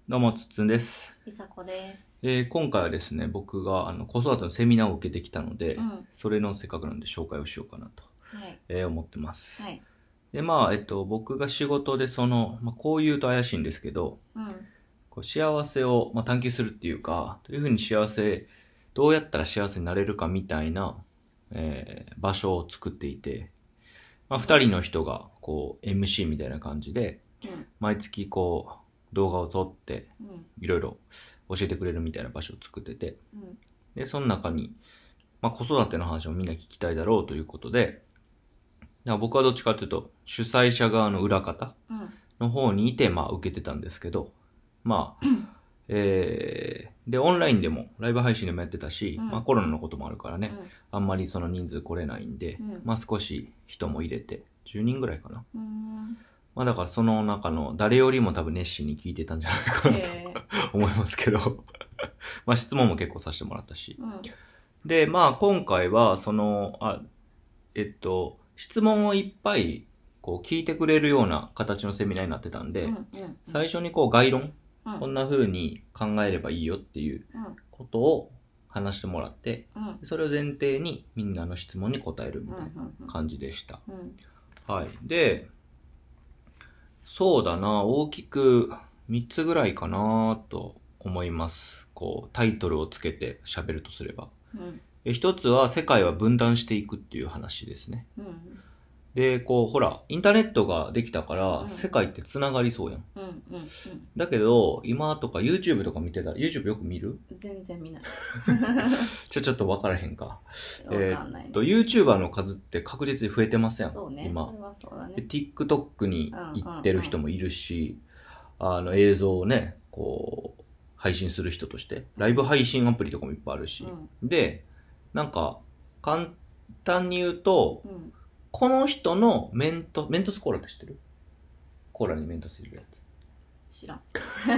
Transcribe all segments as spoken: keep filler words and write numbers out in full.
どうも、つっつんです。 りさこです。 えー今回はですね、僕があの子育てのセミナーを受けてきたので、 うん。 それのせっかくなんで紹介をしようかなと、 はい。 えー思ってます。 はい。 で、まあ、えっと、僕が仕事でその、まあ、こう言うと怪しいんですけど、 うん。 こう幸せを、まあ、探求するっていうか、どういうふうに幸せ、どうやったら幸せになれるかみたいな、えー場所を作っていて、まあ、ふたりの人がこう エムシー みたいな感じで、 うん。 毎月こう動画を撮ってうん。 いろいろ教えてくれるみたいな場所を作ってて、 うん。 でその中に、まあ、子育ての話もみんな聞きたいだろうということで、だから僕はどっちかというと主催者側の裏方うん。 の方にいて、まあ、受けてたんですけど、まあえー、でオンラインでもライブ配信でもやってたし、 うんまあ、コロナのこともあるからね、 うん。 あんまりその人数来れないんで、 うんまあ、少し人も入れてじゅうにんぐらいかな。 うん。 まあだからその中の誰よりも多分熱心に聞いてたんじゃないかなとへえ。 思いますけどまあ質問も結構させてもらったし。 うん。 で、まあ今回はその、あ、えっと、質問をいっぱいこう聞いてくれるような形のセミナーになってたんで、 うん。うん。 最初にこう概論、 うん。 こんな風に考えればいいよっていううん。 ことを話してもらって、 うん。 それを前提にみんなの質問に答えるみたいな感じでした。 うん。 はい。で、そうだな、大きくみっつぐらいかなと思います。こう、タイトルをつけて喋るとすれば。 うん。 え一つは世界は分断していくっていう話ですね。 うん。 で、こう、ほら、インターネットができたからうん世界って繋がりそうやん。 うん。うん。 だけど、今とか YouTube とか見てたら、YouTube よく見る全然見ない。 ちょ、ちょっと分からへんか。 わえかんないね。 ーっと、YouTuber の数って確実に増えてますやん。 そうね。 今それはそうだで。 ね。 TikTok に行ってる人もいるし、あの映像をね、こう、配信する人として、ライブ配信アプリとかもいっぱいあるし。 うん。 で、なんか、簡単に言うと、 うん。 この人のメント、メントスコーラって知ってる？コーラにメントス入れるやつ。 知らん。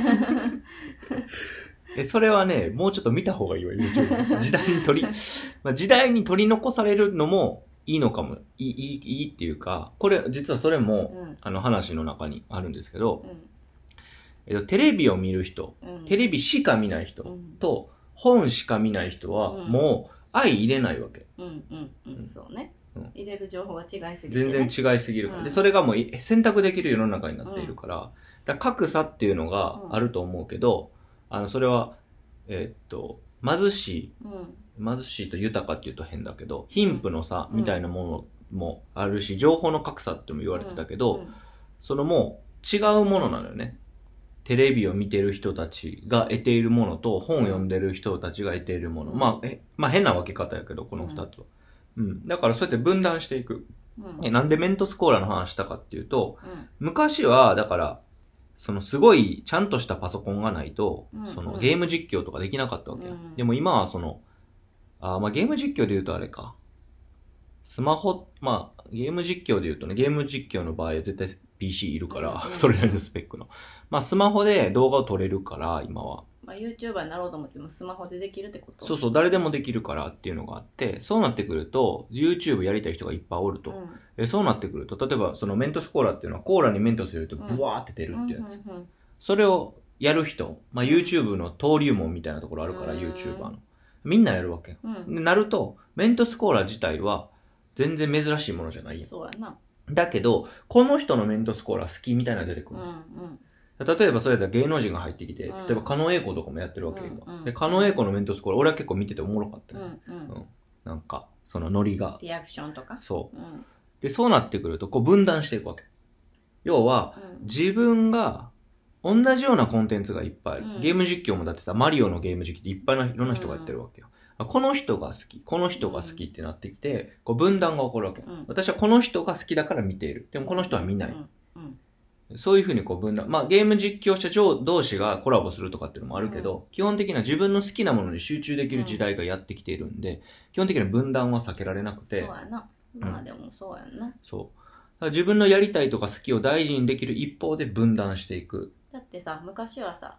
え、それはね、もうちょっと見た方がいいわ、YouTube。時代に取り、まあ、時代に取り残されるのもいいのかも、いい、いい、いいっていうか、これ、実はそれも、 うん。 あの話の中にあるんですけど、 うん。 えっと、テレビを見る人、 うん。 テレビしか見ない人うん。 と、本しか見ない人は、 うんもう、相入れないわけ。 うん。うん。うん。そうねうん。 入れる情報が違いすぎてね。 全然違いすぎるから。 うんで、それがもうい選択できる世の中になっているから、だから格差っていうのがあると思うけど、あの、それは、えーっと、貧しい、 うん。 貧しいと豊かって言うと変だけど、貧富の差みたいなものもあるし、情報の格差っても言われてたけど、 うん。 そのもう違うものなのよね。テレビを見てる人たちが得ているものと、本を読んでる人たちが得ているもの。 うんまあ、え、まあ変な分け方やけど、この二つは。うん。だからそうやって分断していく。 うん。 えなんでメントスコーラの話したかっていうと、 うん。 昔は、だから、そのすごいちゃんとしたパソコンがないと、 うんそのうんゲーム実況とかできなかったわけや。 うんでも今はその、あーまあゲーム実況で言うとあれか。スマホ、まあゲーム実況で言うとね、ゲーム実況の場合は絶対 ピーシー いるから、 うんうんそれなりのスペックの。まあスマホで動画を撮れるから、今は。 まあ、YouTuber になろうと思ってもスマホでできるってこと？ そうそう、誰でもできるからっていうのがあって、そうなってくると、YouTube やりたい人がいっぱいおると。 うん。 えそうなってくると、例えばそのメントスコーラっていうのはコーラにメントス入れるとブワーって出るっていうやつ。 うんうんそれをやる人、まあ、 うん YouTube の登竜門みたいなところあるから、 うん YouTuber の。みんなやるわけよ。 うん。うん。 でなると、メントスコーラ自体は全然珍しいものじゃないよ。 そうやな。 だけど、この人のメントスコーラ好きみたいなのが出てくる。 うんうん。 例えばそれだったら芸能人が入ってきて、 うん例えば狩野英孝とかもやってるわけよ、 うんうん今。で、狩野英孝のメントスコーラ、俺は結構見てておもろかったうんよ、 うん。 うんなんか、そのノリが。 リアクションとか。 そう。 うん。 で、そうなってくると、こう分断していくわけ。要は、 うん。 自分が同じようなコンテンツがいっぱいある、 うんゲーム実況もだってさマリオのゲーム実況っていっぱいのいろんな人がやってるわけよ、この人が好きこの人が好きってなってきてこう分断が起こるわけ、 うん、 私はこの人が好きだから見ているでもこの人は見ない、 うんうん、 そういうふうにこう分断まあゲーム実況者同士がコラボするとかっていうのもあるけど、うん、基本的には自分の好きなものに集中できる時代がやってきているんで、うん、基本的には分断は避けられなくてそうやなまあでもそうやんな、 うん、そう自分のやりたいとか好きを大事にできる一方で分断していく。 だってさ昔はさ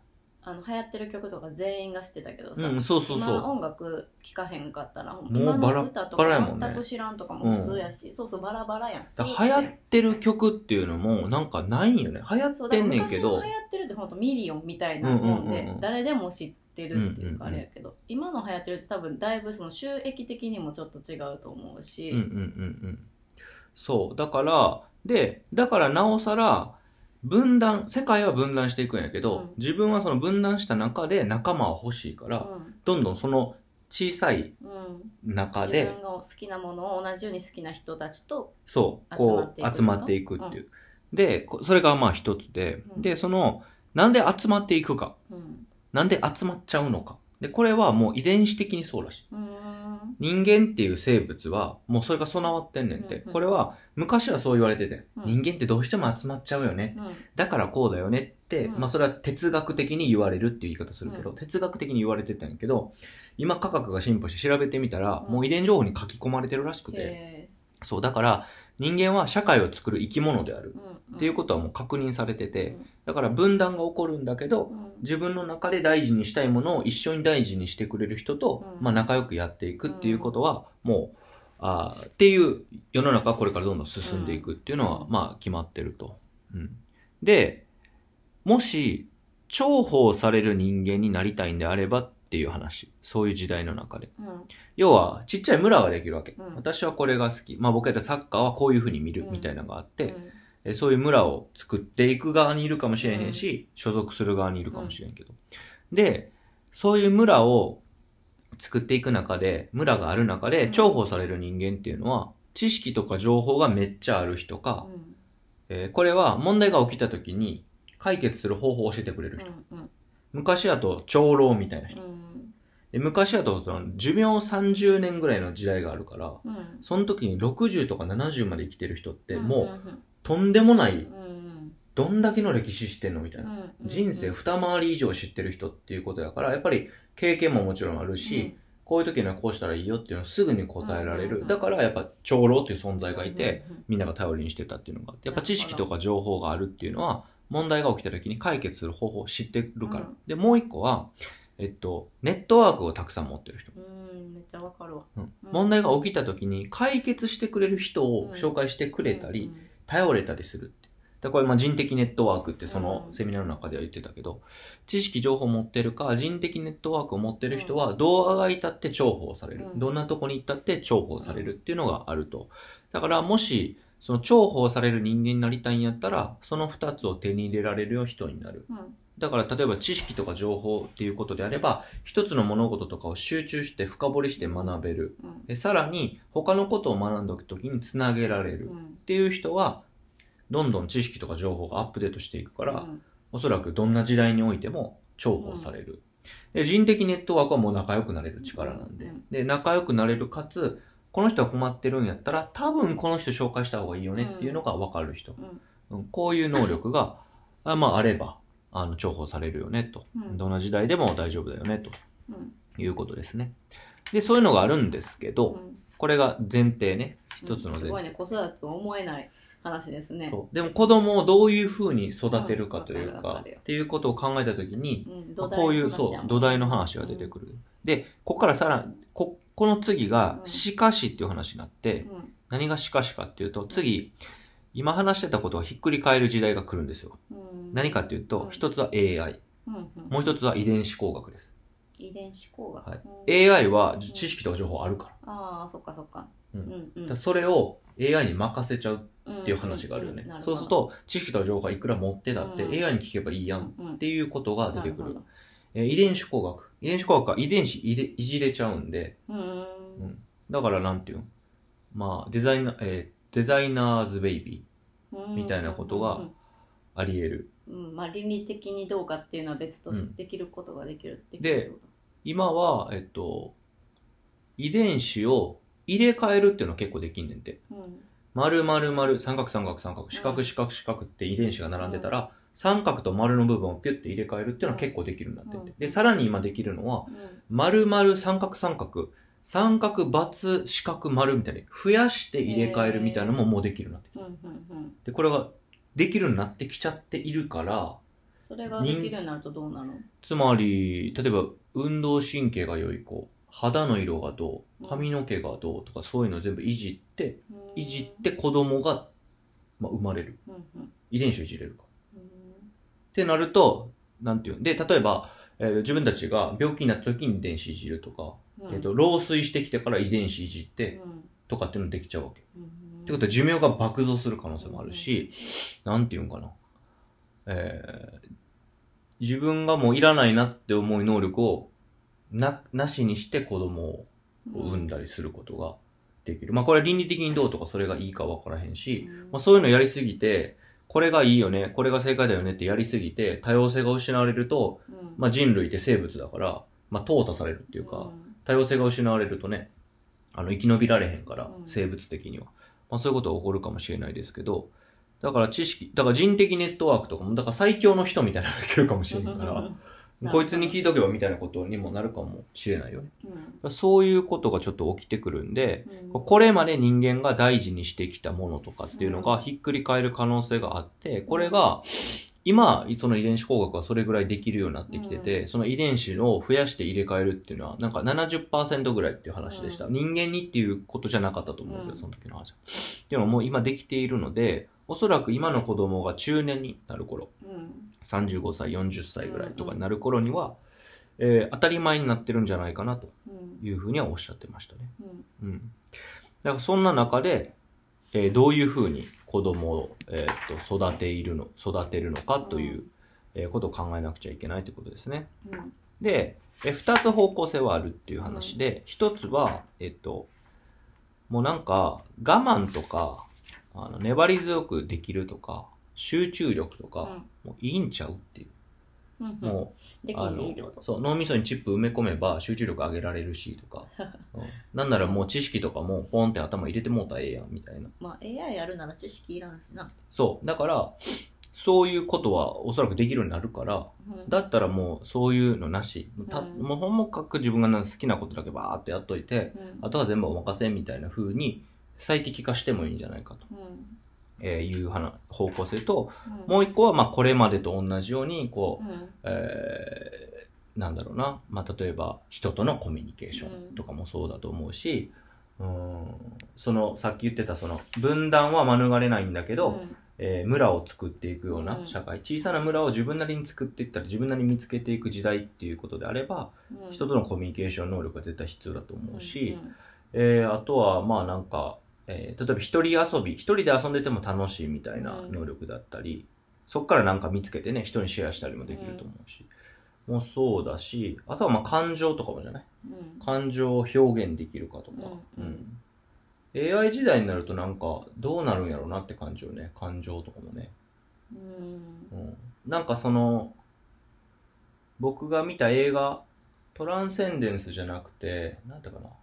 あの流行ってる曲とか全員が知ってたけどさ、 うん、そうそうそ今う。 音楽聴かへんかったらう今バラの歌とバラやもんねか全く知らんとかも普通やし、そうそうバラバラやん。 だから流行ってる曲っていうのもなんかないんよね。流行ってんねんけど。 そうだから昔の流行ってるってほんとミリオンみたいなもんで、 うんうんうんうん誰でも知ってるっていうかうんうんうんあれやけど、今の流行ってるって多分だいぶその収益的にもちょっと違うと思うし、 うんうんうんうん。そう。だから、で、だからなおさら、分断、世界は分断していくんやけど、 うん自分はその分断した中で仲間は欲しいから、 うんどんどんその小さいうん、 中で、 自分が好きなものを同じように好きな人たちと、 そう、こう集集まっまってていいくってことくっいう。で、こそれがまあ一つで、 うんで、その、なんで集まっていくか。 うんなんで集まっちゃうのか。で、これはもう遺伝子的にそうらしい。 うーん人間っていう生物は、もうそれが備わってんねんって。 うんうんこれは、昔はそう言われてて、 うん人間ってどうしても集まっちゃうよね。 うんだからこうだよねって、 うんまあそれは哲学的に言われるっていう言い方するけど、 うん哲学的に言われてたんやけど、今科学が進歩して調べてみたら、 うんもう遺伝情報に書き込まれてるらしくて、 へそう、だから人間は社会を作る生き物であるーうんっていうことはもう確認されてて、 うんだから分断が起こるんだけど、 うん自分の中で大事にしたいものを一緒に大事にしてくれる人と、 うんまあ仲良くやっていくっていうことは、もう、あーっていう世の中はこれからどんどん進んでいくっていうのは、 うんまあ決まってると。うん。で、もし、重宝される人間になりたいんであればっていう話。そういう時代の中で。 うん要は、ちっちゃい村ができるわけ。 うん私はこれが好き。まあ僕やったらサッカーはこういう風に見るみたいなのがあって、 うんえそういう村を作っていく側にいるかもしれへんし、所属する側にいるかもしれんけど。で、そういう村を作っていく中で、村がある中でうん重宝される人間っていうのは、知識とか情報がめっちゃある人か、 うんえーこれは問題が起きた時に解決する方法を教えてくれる人。 うん昔だと長老みたいな人。 うんで昔だとその寿命さんじゅうねんぐらいの時代があるから、 うんその時にろくじゅうとかななじゅうまで生きてる人ってもう、 うんとんでもない、 うんどんだけの歴史知ってんのみたいな。 うん人生二回り以上知ってる人っていうことやから、やっぱり経験ももちろんあるし、こういう時にはこうしたらいいよっていうのをすぐに答えられる。 うんうんうんだからやっぱ長老っていう存在がいて、 うんうんみんなが頼りにしてたっていうのがあって、やっぱ知識とか情報があるっていうのは、問題が起きた時に解決する方法を知ってるから。 うんで、もう一個は、えっと、ネットワークをたくさん持ってる人。 うんめっちゃわかるわ。 うん問題が起きた時に解決してくれる人を紹介してくれたり、頼れたりするって。だからこれまあ人的ネットワークってそのセミナーの中では言ってたけど、知識情報を持ってるか人的ネットワークを持ってる人はどうあがいたって重宝される、 うんどんなとこに行ったって重宝されるっていうのがあると。だからもしその重宝される人間になりたいんやったらその二つを手に入れられるような人になる。 うんだから例えば知識とか情報っていうことであれば一つの物事とかを集中して深掘りして学べる。 うんでさらに他のことを学んでおくときにつなげられる。 うんっていう人はどんどん知識とか情報がアップデートしていくから、 うんおそらくどんな時代においても重宝される、で人的ネットワークはもう仲良くなれる力なんで、 うんで仲良くなれるかつこの人は困ってるんやったら多分この人紹介した方がいいよねっていうのが分かる人、 うんうんこういう能力があ,、まあ、あればあの重宝されるよねと、 うんどんな時代でも大丈夫だよねとうんいうことですね。でそういうのがあるんですけど、 うんこれが前提ね、一つの前提、 すごいね、子育てとは思えない話ですね。 そうでも子供をどういうふうに育てるかというか、 うんわかるわかるよっていうことを考えたときに、 うんまあこういうそう土台の話が出てくる、でここからさらにここの次がうんしかしっていう話になって、 うん何がしかしかっていうと次今話してたことがひっくり返る時代が来るんですよ。 うん何かっていうとうん一つは エーアイ、 うんうんもう一つは遺伝子工学です。 遺伝子工学、 はいうんエーアイ は知識とか情報あるから、 ああそっかそっか、 うんうんうんだからそれを エーアイ に任せちゃうっっていう話があるよね、 んんんそうすると知識とか情報がいくら持ってたってうんエーアイ に聞けばいいやんうんうんっていうことが出てくるなほどえー遺伝子工学。遺伝子工学は遺伝子いれいじれちゃうんで、 うーんうんだからなんていうんまあ、デザイナー、えーデザイナーズベイビうんみたいなことがーあり得る。 うんうんまあ倫理的にどうかっていうのは別としてできることができるってでってこ今は、えっと、遺伝子を入れ替えるっていうのは結構できんねんて。 とうん丸丸丸、三角三角三角、四角四角四角って遺伝子が並んでたら、三角と丸の部分をピュッて入れ替えるっていうのは結構できるんだってて、 うんで、さらに今できるのは、 うん丸々三角三角、三角×四角丸みたいに増やして入れ替えるみたいなのももうできるようになってきうんうんうんて。で、これができるようになってきちゃっているから、 それができるようになるとどうなの？ つまり、例えば運動神経が良い子、肌の色がどう、髪の毛がどうとか、そういうのを全部いじって、いじって子供が、まあ、生まれる。 うんうん、 遺伝子をいじれるか。 うん、 ってなると、なんていうで、例えば、えー、自分たちが病気になった時に遺伝子いじるとか、うん、えっと、老衰してきてから遺伝子いじって、うん、とかっていうのできちゃうわけ。うん、ってことは寿命が爆増する可能性もあるし、うん、なんていうんかな。えー、自分がもういらないなって思う能力をな、なしにして子供を産んだりすることができる。うん、まあこれは倫理的にどうとかそれがいいかわからへんし、うん、まあそういうのやりすぎて、これがいいよね、これが正解だよねってやりすぎて、多様性が失われると、うん、まあ人類って生物だから、まあ淘汰されるっていうか、うん、多様性が失われるとね、あの生き延びられへんから、うん、生物的には。まあそういうことが起こるかもしれないですけど、だから知識、だから人的ネットワークとかも、だから最強の人みたいなのができるかもしれないから、こいつに聞いとけばみたいなことにもなるかもしれないよね。うん、そういうことがちょっと起きてくるんで、うん、これまで人間が大事にしてきたものとかっていうのがひっくり返る可能性があって、これが、今、その遺伝子工学はそれぐらいできるようになってきてて、うん、その遺伝子を増やして入れ替えるっていうのは、なんか ななじゅっパーセント ぐらいっていう話でした。うん、人間にっていうことじゃなかったと思うけど、うん、その時の話は。っていうのはもう今できているので、おそらく今の子供が中年になる頃、うん、さんじゅうごさい、よんじゅっさいぐらいとかになる頃には、うんうん、えー、当たり前になってるんじゃないかなというふうにはおっしゃってましたね。うん。うん、だからそんな中で、えー、どういうふうに子供を、えー、っと育ているの、育てるのかという、うん、えー、ことを考えなくちゃいけないということですね。うん、で、えー、二つ方向性はあるっていう話で、一、うん、つは、えー、っと、もうなんか我慢とか、あの粘り強くできるとか集中力とか、うん、もういいんちゃうっていう、うんうん、もうできんでいいってこと。そう、脳みそにチップ埋め込めば集中力上げられるしとか、うん、なんならもう知識とかもポンって頭入れてもうたらええやんみたいな。 まあ エーアイ やるなら知識いらんしな。 そうだからそういうことはおそらくできるようになるから、うん、だったらもうそういうのなし、たうん、もうほんまかく自分が好きなことだけバーってやっといて、うん、あとは全部お任せみたいな風に最適化してもいいんじゃないかと、うん、えー、いう方向性と、うん、もう一個はまあこれまでと同じようにこう、うん、えー、なんだろうな、まあ、例えば人とのコミュニケーションとかもそうだと思うし、うん、そのさっき言ってたその分断は免れないんだけど、うん、えー、村を作っていくような社会、うん、小さな村を自分なりに作っていったら自分なりに見つけていく時代っていうことであれば、うん、人とのコミュニケーション能力が絶対必要だと思うし、うんうん、えー、あとはまあなんか、えー、例えば一人遊び一人で遊んでても楽しいみたいな能力だったり、うん、そっからなんか見つけてね人にシェアしたりもできると思うし、うん、もうそうだし、あとはまあ感情とかもじゃない、うん、感情を表現できるかとか、うんうん、エーアイ 時代になるとなんかどうなるんやろうなって感じよね、感情とかもね、うんうん、なんかその僕が見た映画トランセンデンスじゃなくてなんていうかな、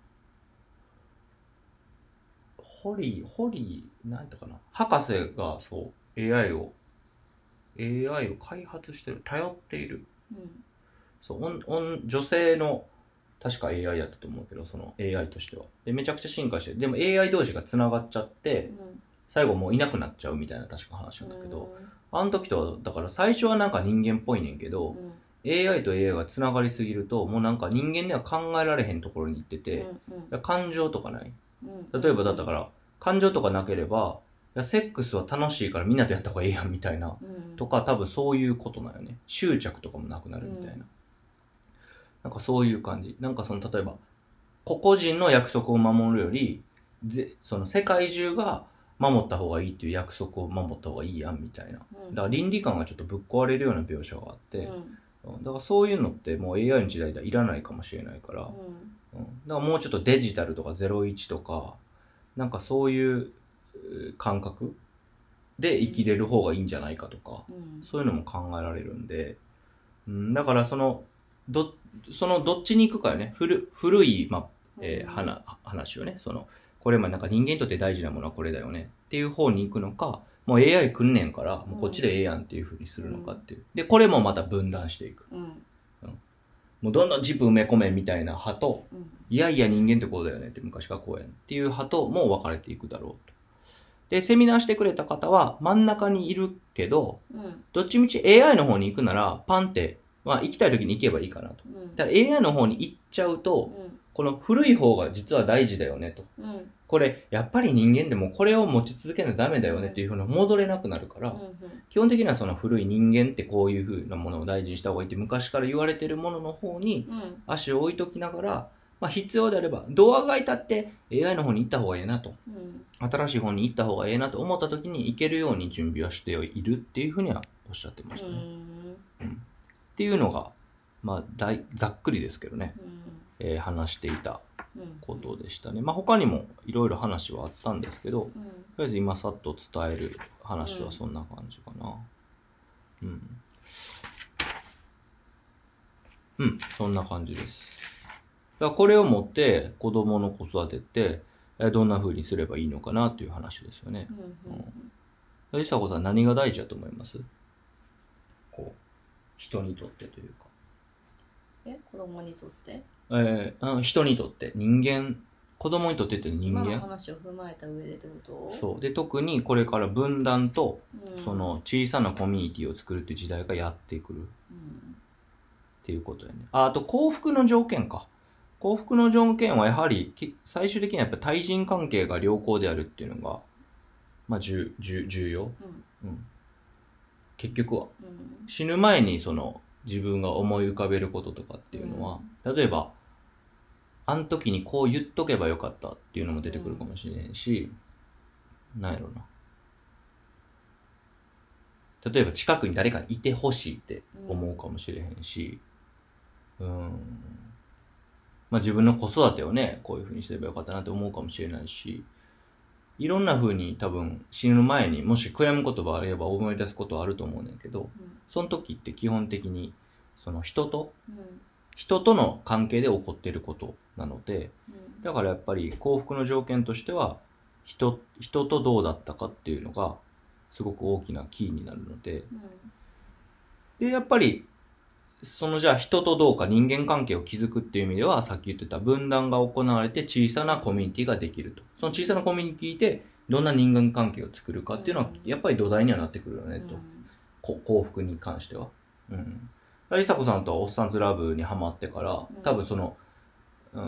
ホリーホリーなんていうかな、博士がそう エーアイ を エーアイ を開発してる、頼っている、うん、そうおんおん女性の確か エーアイ やったと思うけど、その エーアイ としてはでめちゃくちゃ進化してる。でも エーアイ 同士がつながっちゃって、うん、最後もういなくなっちゃうみたいな確か話なんだけど、うん、あの時とはだから最初はなんか人間っぽいねんけど、うん、エーアイ と エーアイ がつながりすぎるともうなんか人間では考えられへんところに行ってて、うんうん、感情とかない、うん、例えばだったから感情とかなければセックスは楽しいからみんなとやった方がいいやんみたいな、うん、とか多分そういうことなんよね。執着とかもなくなるみたいな、うん、なんかそういう感じ。なんかその例えば個々人の約束を守るよりぜその世界中が守った方がいいっていう約束を守った方がいいやんみたいな、うん、だから倫理観がちょっとぶっ壊れるような描写があって、うん、だからそういうのってもう エーアイ の時代ではいらないかもしれないから、うんうん、だからもうちょっとデジタルとかゼロイチとかなんかそういう感覚で生きれる方がいいんじゃないかとか、うん、そういうのも考えられるんで、うん、だからそのどそのどっちに行くかよね。古古い、まあえー、話, 話をね、そのこれまでなんか人間にとって大事なものはこれだよねっていう方に行くのか、もう エーアイ 来んねんからもうこっちでええやんっていう風にするのかっていう、でこれもまた分断していく、うんうん、もうどんどんチップ埋め込めみたいな派と、うん、いやいや人間ってこうだよねって昔からこうやんっていう派ともう分かれていくだろうとで、セミナーしてくれた方は真ん中にいるけど、 うん。 どっちみち エーアイ の方に行くなら、パンって、まあ行きたい時に行けばいいかなと。 うん。 ただ エーアイ の方に行っちゃうと、 うん。 この古い方が実は大事だよねと。 うん。 これ、やっぱり人間でもこれを持ち続けないとダメだよねっていうふうに戻れなくなるから、 うん。 基本的にはその古い人間ってこういうふうなものを大事にした方がいいって昔から言われてるものの方にうん。 足を置いときながら、まあ必要であれば、どうあがいたって エーアイ の方に行った方がいいなと。 うん。 新しい方に行った方がいいなと思った時に行けるように準備はしているっていうふうにはおっしゃってましたね。うん、っていうのが、まあ大、ざっくりですけどね、 うん。 えー話していたうん。 ことでしたね。まあ他にもいろいろ話はあったんですけど、とうん。 りあえず今さっと伝える話はそんな感じかな。うん。うん、そんな感じです。だからこれを持って子供の子育てってえーどんな風にすればいいのかなっていう話ですよね。 うん。うん。 りさこさん何が大事だと思います？こう、人にとってというか。 え、子供にとって？ えーうん、人にとって、人間、子供にとってって人今の間。 話を踏まえた上でってこと？ そう。で、特にこれから分断と、 うん。 その小さなコミュニティを作るっていう時代がやってくるっうん。 ていうことやね。あ、あと幸福の条件か。幸福の条件はやはり、き最終的にはやっぱ対人関係が良好であるっていうのが、まあ、重重重要、 うん。 うん、結局は。 うん。 死ぬ前にその自分が思い浮かべることとかっていうのは、例えば、あの時にこう言っとけばよかったっていうのも出てくるかもしれんし、なんやろな。例えば近くに誰かにいてほしいって思うかもしれへんし、うん、まあ自分の子育てをね、こういう風にすればよかったなって思うかもしれないし、いろんな風に多分死ぬ前にもし悔やむことがあれば思い出すことはあると思うねんけど、 うん。 その時って基本的にその人と、 うん。 人との関係で起こっていることなので、 うん。 だからやっぱり幸福の条件としては、人、人とどうだったかっていうのがすごく大きなキーになるので、 うん。 で、やっぱり、そのじゃあ人とどうか人間関係を築くっていう意味では、さっき言ってた分断が行われて小さなコミュニティができると。その小さなコミュニティでどんな人間関係を作るかっていうのは、やっぱり土台にはなってくるよねと。こ幸福に関しては。うん。りさこさんとはおっさんずラブにハマってから、多分その、うん、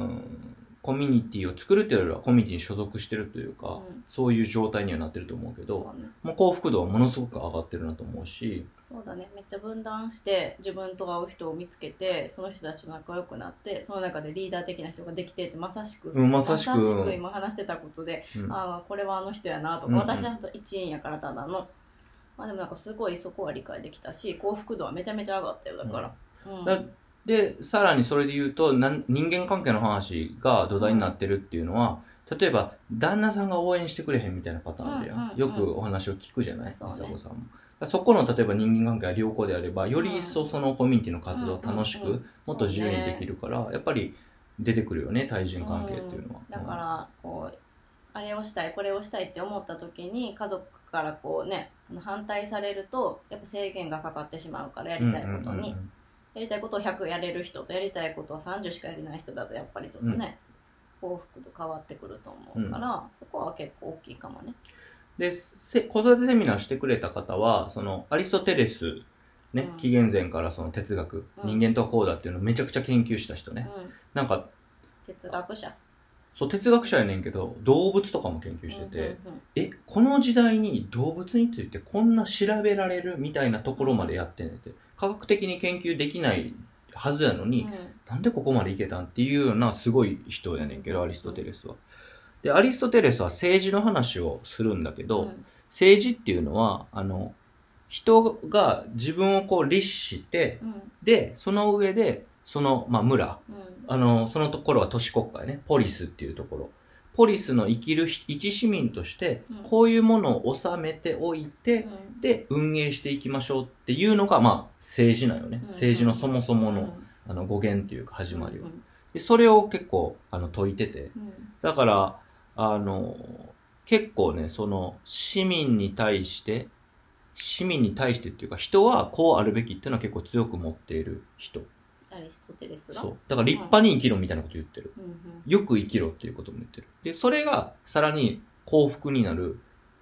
コミュニティを作るというよりはコミュニティに所属してるというか、 うん、 そういう状態にはなってると思うけど、 そうね、 もう幸福度はものすごく上がってるなと思うし、 そうだね、めっちゃ分断して自分と合う人を見つけて、その人たちと仲良くなって、その中でリーダー的な人ができてって、まさしく、 うん、まさしく、 まさしく今話してたことで、 うん、 ああこれはあの人やなとか、 うんうん、 私は一員やからただの、まあでもなんかすごいそこは理解できたし、幸福度はめちゃめちゃ上がったよ、だから、うんうん、 だでさらにそれで言うとな人間関係の話が土台になってるっていうのは、うん、例えば旦那さんが応援してくれへんみたいなパターンあるやん、うんうんうん、よくお話を聞くじゃない、美佐子さんも。そこの例えば人間関係が良好であれば、より一層そのコミュニティの活動を楽しく、うんうんうん、もっと自由にできるから、ね、やっぱり出てくるよね、対人関係っていうのは。 うん、だからこうあれをしたいこれをしたいって思った時に家族からこうね反対されるとやっぱ制限がかかってしまうから、やりたいことに、うんうんうんうん、やりたいことをひゃくやれる人とやりたいことはさんじゅうしかやれない人だとやっぱりちょっとね、うん、幸福度変わってくると思うから、うん、そこは結構大きいかもね。 で、子育てセミナーしてくれた方は、そのアリストテレス、ね、うん、紀元前からその哲学、うん、人間とはこうだっていうのをめちゃくちゃ研究した人ね。うん、なんか、 哲学者そう、哲学者やねんけど、動物とかも研究してて、うんうんうん、え、この時代に動物についてこんな調べられるみたいなところまでやってんねんて。科学的に研究できないはずやのに、うん、なんでここまでいけたんっていうようなすごい人やねんけど、アリストテレスは。で、アリストテレスは政治の話をするんだけど、うん、政治っていうのは、あの、人が自分をこう律して、うん、で、その上で、その、まあ、村、うん、あの、そのところは都市国家ね、ポリスっていうところ。ポリスの生きる一市民として、こういうものを収めておいて、うん、で、運営していきましょうっていうのが、まあ、政治なよね。うん、政治のそもそもの、うん、あの語源っていうか始まりは。うん、でそれを結構、あの、説いてて。うん、だから、あの、結構ね、その、市民に対して、市民に対してっていうか、人はこうあるべきっていうのは結構強く持っている人。 アリストテレスがそう。だから立派に生きろみたいなこと言ってる。 うんうん、 よく生きろっていうことも言ってる。で、それがさらに幸福になる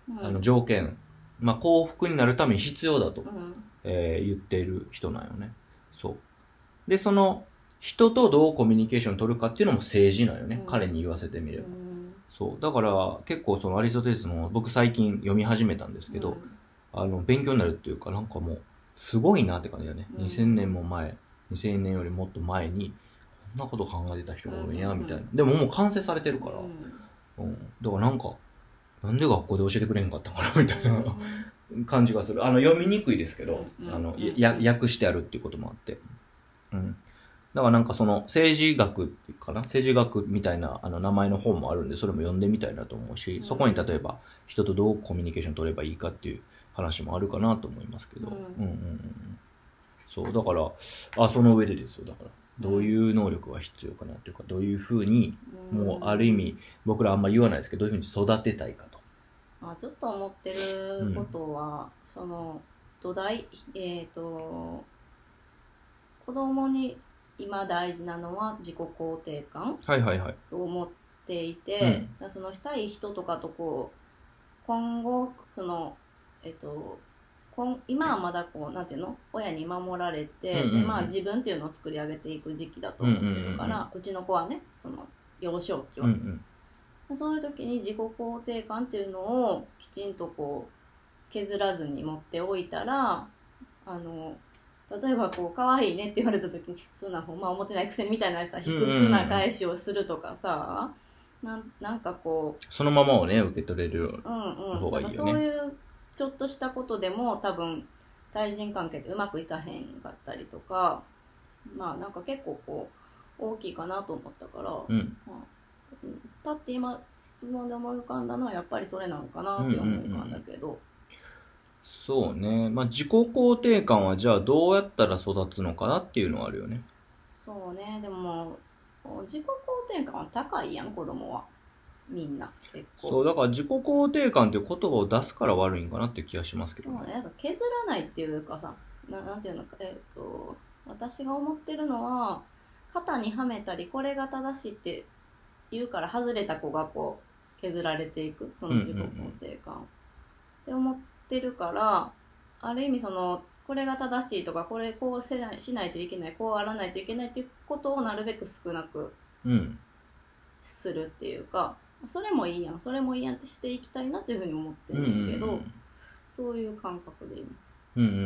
うん、 あの条件、まあ、幸福になるために必要だと、 うんえー言っている人なんよね。そう。で、その人とどうコミュニケーション取るかっていうのも政治なんよね。 うん、 彼に言わせてみれば。 うん、 そう。だから結構そのアリストテレスも僕最近読み始めたんですけど、 うん、 あの勉強になるっていうかなんかもうすごいなって感じだね。 うん、 にせんねんも前、にせんねんよりもっと前にこんなこと考えてた人がおるんやみたいな。でももう完成されてるから。うん。だからなんか、なんで学校で教えてくれへんかったかなみたいな感じがする。あの読みにくいですけど、あのや訳してあるっていうこともあって。うん。だからなんかその政治学っていうかな、政治学みたいなあの名前の本もあるんで、それも読んでみたいなと思うし、そこに例えば人とどうコミュニケーション取ればいいかっていう話もあるかなと思いますけど、うん、うんうんうんそうだからあその上でですよ。だからどういう能力が必要かなっていうか、どういうふうにもうある意味僕らあんまり言わないですけど、どういうふうに育てたいかと。 あずっと思ってることは、うん、その土台えっ、ー、と子供に今大事なのは自己肯定感と思っていて、はいはいはい、うん、そのしたい人とかとこう今後そのえっと今はまだこうなんていうの親に守られて、うんうんうん、でまあ、自分っていうのを作り上げていく時期だと思ってるから、うんうんうん、うちの子はねその幼少期は、うんうん、そういう時に自己肯定感っていうのをきちんとこう削らずに持っておいたらあの例えばこう可愛いねって言われた時にそんなほんま思ってないくせにみたいなさ卑屈な返しをするとかさ、うんうんうん、な, なんかこうそのままをね受け取れる方がいいよね、うんうん、 そういうちょっとしたことでも多分対人関係ってうまくいかへんかったりとかまあなんか結構こう大きいかなと思ったから、うんまあ、パッて今質問で思い浮かんだのはやっぱりそれなのかなって思い浮かんだけど、うんうんうん、 そうね、まあ、自己肯定感はじゃあどうやったら育つのかなっていうのはあるよね。 そうね、でも自己肯定感は高いやん子供はみんな結構。 そうだから自己肯定感っていう言葉を出すから悪いんかなっていう気がしますけど、 ね、そうね、なんか削らないっていうかさ な, なんていうのか、えー、と私が思ってるのは肩にはめたりこれが正しいって言うから外れた子がこう削られていくその自己肯定感、うんうんうん、って思ってるからある意味そのこれが正しいとかこれこうせないしないといけないこうあらないといけないっていうことをなるべく少なくするっていうか、うん、それもいいやんそれもいいやんってしていきたいなというふうに思ってるんだけど、うんうんうん、そういう感覚でいます。 うんうんうん、うん、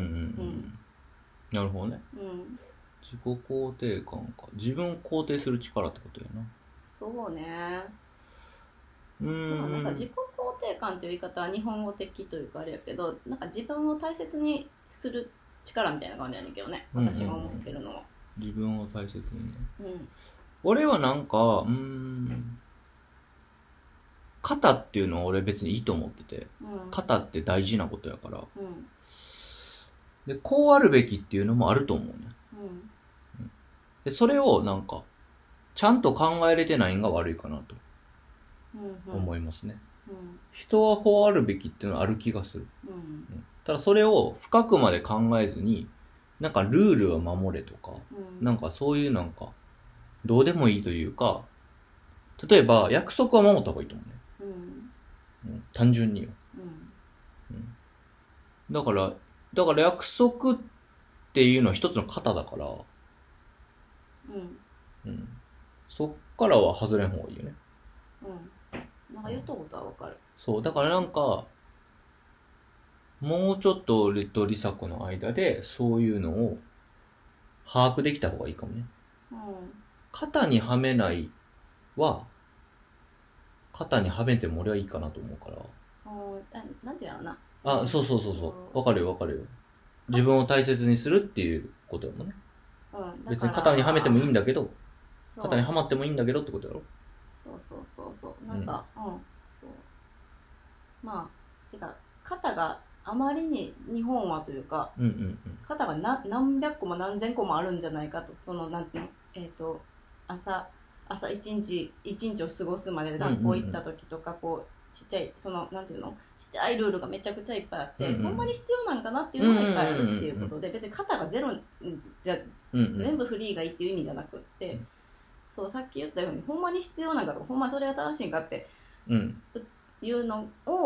なるほどね、うん、自己肯定感か自分を肯定する力ってことやな。 そうね。うん、なんか自己肯定感という言い方は日本語的というかあれやけどなんか自分を大切にする力みたいな感じやねんけどね私が思ってるのは、 うんうんうん、自分を大切にね、 うん、 俺はなんかうーん肩っていうのは俺別にいいと思ってて、うん、肩って大事なことやから、うん、でこうあるべきっていうのもあると思うね、うん、でそれをなんかちゃんと考えれてないんが悪いかなと思いますね、うんうん、人はこうあるべきっていうのはある気がする、うんうん、ただそれを深くまで考えずになんかルールは守れとか、うん、なんかそういうなんかどうでもいいというか例えば約束は守った方がいいと思うね、うんうん、単純によ、うんうん、だからだから約束っていうのは一つの型だから、うんうん、そっからは外れん方がいいよね。 うん、なんか言ったことはわかる。 そうだからなんかもうちょっと俺と梨紗子の間でそういうのを把握できた方がいいかもね。うん、型にはめないは肩にはめても俺はいいかなと思うから。 あなんていうのな。 あ、そうそうそうそう。わかるよわかるよ。自分を大切にするっていうことやもんね。うん、別に肩にはめてもいいんだけど、肩にはまってもいいんだけどってことやろ。 そうそうそうそう。なんか、うん、うん、そう。まあ、てか肩があまりに日本はというか、うんうんうん、肩がな何百個も何千個もあるんじゃないかと、そのなんていうの、えっ、ー、と朝朝一日一日を過ごすまで学校行った時とか、うんうんうん、こうちっちゃいそのなんていうのちっちゃいルールがめちゃくちゃいっぱいあって、うんうん、ほんまに必要なんかなっていうのがいっぱいあるっていうことで、別に肩がゼロじゃ、うんうん、全部フリーがいいっていう意味じゃなくって、うん、そうさっき言ったようにほんまに必要なんかとかほんまにそれが正しいんかっていうのを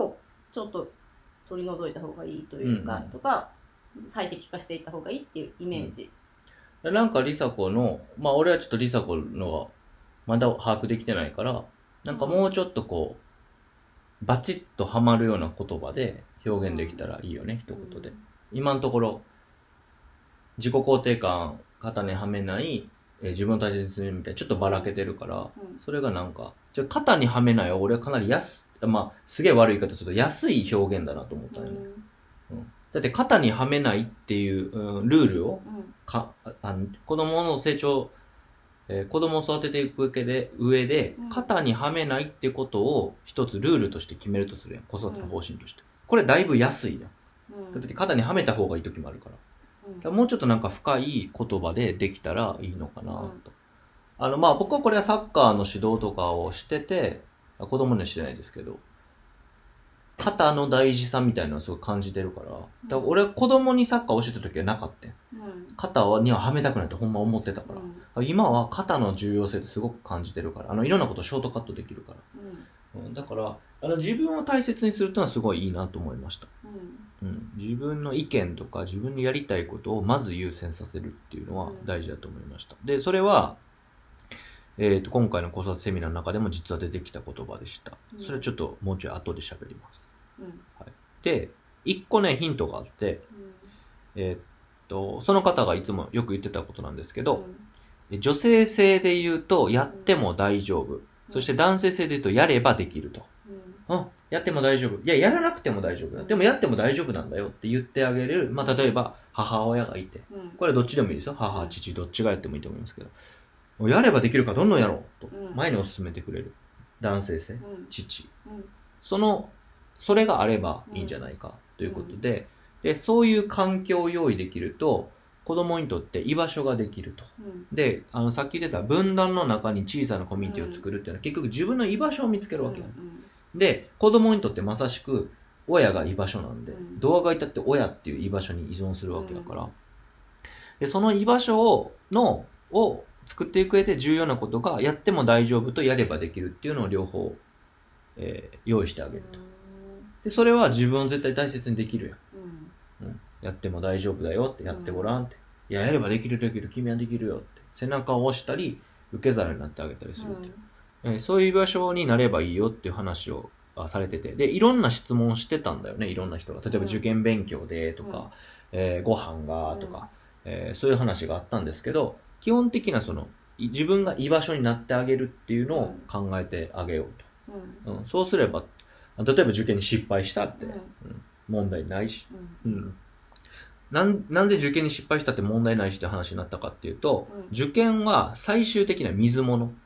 ちょっと取り除いた方がいいというか、うん、とか最適化していった方がいいっていうイメージ。 うん、なんか梨紗子の、まあ俺はちょっと梨紗子のはまだ把握できてないから、なんかもうちょっとこう、バチッとはまるような言葉で表現できたらいいよね、うん、一言で。今のところ、自己肯定感、肩にはめない、えー、自分を大切にするみたいな、ちょっとばらけてるから、うん、それがなんか、ちょ肩にはめないは俺はかなり安、まあ、すげえ悪い言い方すると安い表現だなと思ったよね。うんうん、だって肩にはめないっていう、うん、ルールを、かあの子供の成長、えー、子供を育てていく上で、上で、肩にはめないってことを一つルールとして決めるとするやん。子育ての方針として。これだいぶ安いやん。だって肩にはめた方がいい時もあるから。だからもうちょっとなんか深い言葉でできたらいいのかなと。うん、あの、まあ僕はこれはサッカーの指導とかをしてて、子供にはしてないですけど、肩の大事さみたいなのをすごい感じてるから、だから俺は子供にサッカーを教えた時はなかったん。うん、肩にははめたくないとほんま思ってたから、うん、今は肩の重要性ってすごく感じてるから、あのいろんなことをショートカットできるから。うんうん、だからあの自分を大切にするっていうのはすごいいいなと思いました、うんうん、自分の意見とか自分にやりたいことをまず優先させるっていうのは大事だと思いました。でそれは、えー、と今回の子育てセミナーの中でも実は出てきた言葉でした。それはちょっともうちょい後で喋ります、うんはい、でいっこねヒントがあって、うんえー、っとその方がいつもよく言ってたことなんですけど、うん、女性性で言うとやっても大丈夫、そして男性性で言うとやればできると。うん、やっても大丈夫。いや、やらなくても大丈夫だ。でもやっても大丈夫なんだよって言ってあげれる。まあ、例えば母親がいて。これどっちでもいいですよ。母、父、どっちがやってもいいと思いますけど。やればできるからどんどんやろうと。前にお勧めてくれる。男性性、父。その、それがあればいいんじゃないかということで、で、そういう環境を用意できると、子供にとって居場所ができると、うん、であのさっき言ってた分断の中に小さなコミュニティを作るっていうのは、うん、結局自分の居場所を見つけるわけや、うんうん、で子供にとってまさしく親が居場所なんで、うん、どうがいたって親っていう居場所に依存するわけだから、うん、でその居場所をのを作っていく上で重要なことがやっても大丈夫とやればできるっていうのを両方、えー、用意してあげると。でそれは自分を絶対大切にできるやん、うんうん、やっても大丈夫だよってやってごらんって、うん、いややればできるできる君はできるよって背中を押したり受け皿になってあげたりするって、うんえー、そういう居場所になればいいよっていう話をされてて、でいろんな質問をしてたんだよね。いろんな人が例えば受験勉強でとか、うんえー、ご飯がとか、うんえー、そういう話があったんですけど、基本的なその自分が居場所になってあげるっていうのを考えてあげようと、うんうん、そうすれば例えば受験に失敗したって、うんうん、問題ないし、うんうんなん、なんで受験に失敗したって問題ないしって話になったかっていうと、うん、受験は最終的な水物、うん、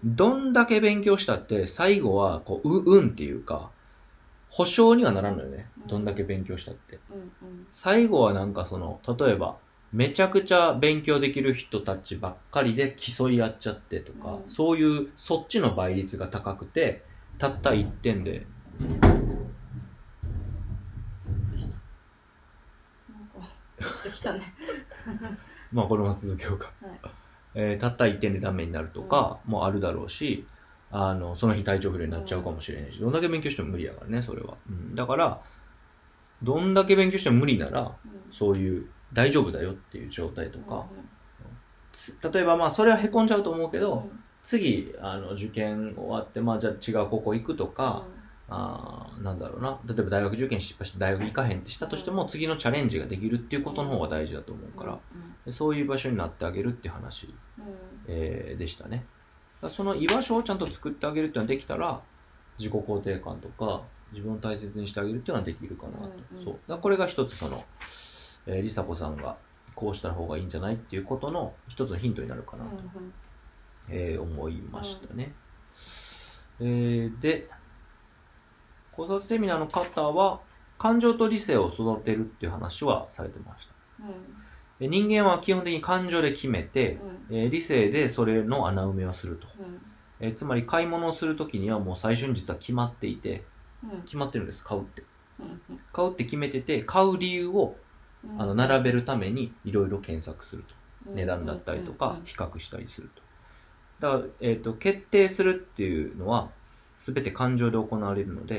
どんだけ勉強したって最後はこう運っていうか保証にはならんのよね、うん、どんだけ勉強したって、うんうん、最後はなんかその例えばめちゃくちゃ勉強できる人たちばっかりで競い合っちゃってとか、うん、そういうそっちの倍率が高くてたったいってんでしてきたねまあこのまま続けようか、はいえー、たったいってんでダメになるとかもあるだろうし、うん、あのその日体調不良になっちゃうかもしれないし、うん、どんだけ勉強しても無理やからねそれは、うん、だからどんだけ勉強しても無理なら、うん、そういう大丈夫だよっていう状態とか、うん、例えばまあそれはへこんじゃうと思うけど、うん、次あの受験終わってまあじゃあ違う高校行くとか、うんあなんだろうな例えば大学受験失敗して大学行かへんってしたとしても、うん、次のチャレンジができるっていうことの方が大事だと思うから、うん、そういう場所になってあげるっていう話、うんえー、でしたね。その居場所をちゃんと作ってあげるっていうのができたら自己肯定感とか自分を大切にしてあげるっていうのはできるかなと、うんうん、そうだからこれが一つその、えー、梨紗子さんがこうした方がいいんじゃないっていうことの一つのヒントになるかなと、うんうんえー、思いましたね、うんえー、で考察セミナーの方は感情と理性を育てるっていう話はされてました、うん、人間は基本的に感情で決めて、うんえー、理性でそれの穴埋めをすると、うんえー、つまり買い物をするときにはもう最初に実は決まっていて、うん、決まってるんです買うって、うん、買うって決めてて買う理由を、うん、あの並べるためにいろいろ検索すると、うん、値段だったりとか比較したりするとだから、えーと、決定するっていうのは全て感情で行われるので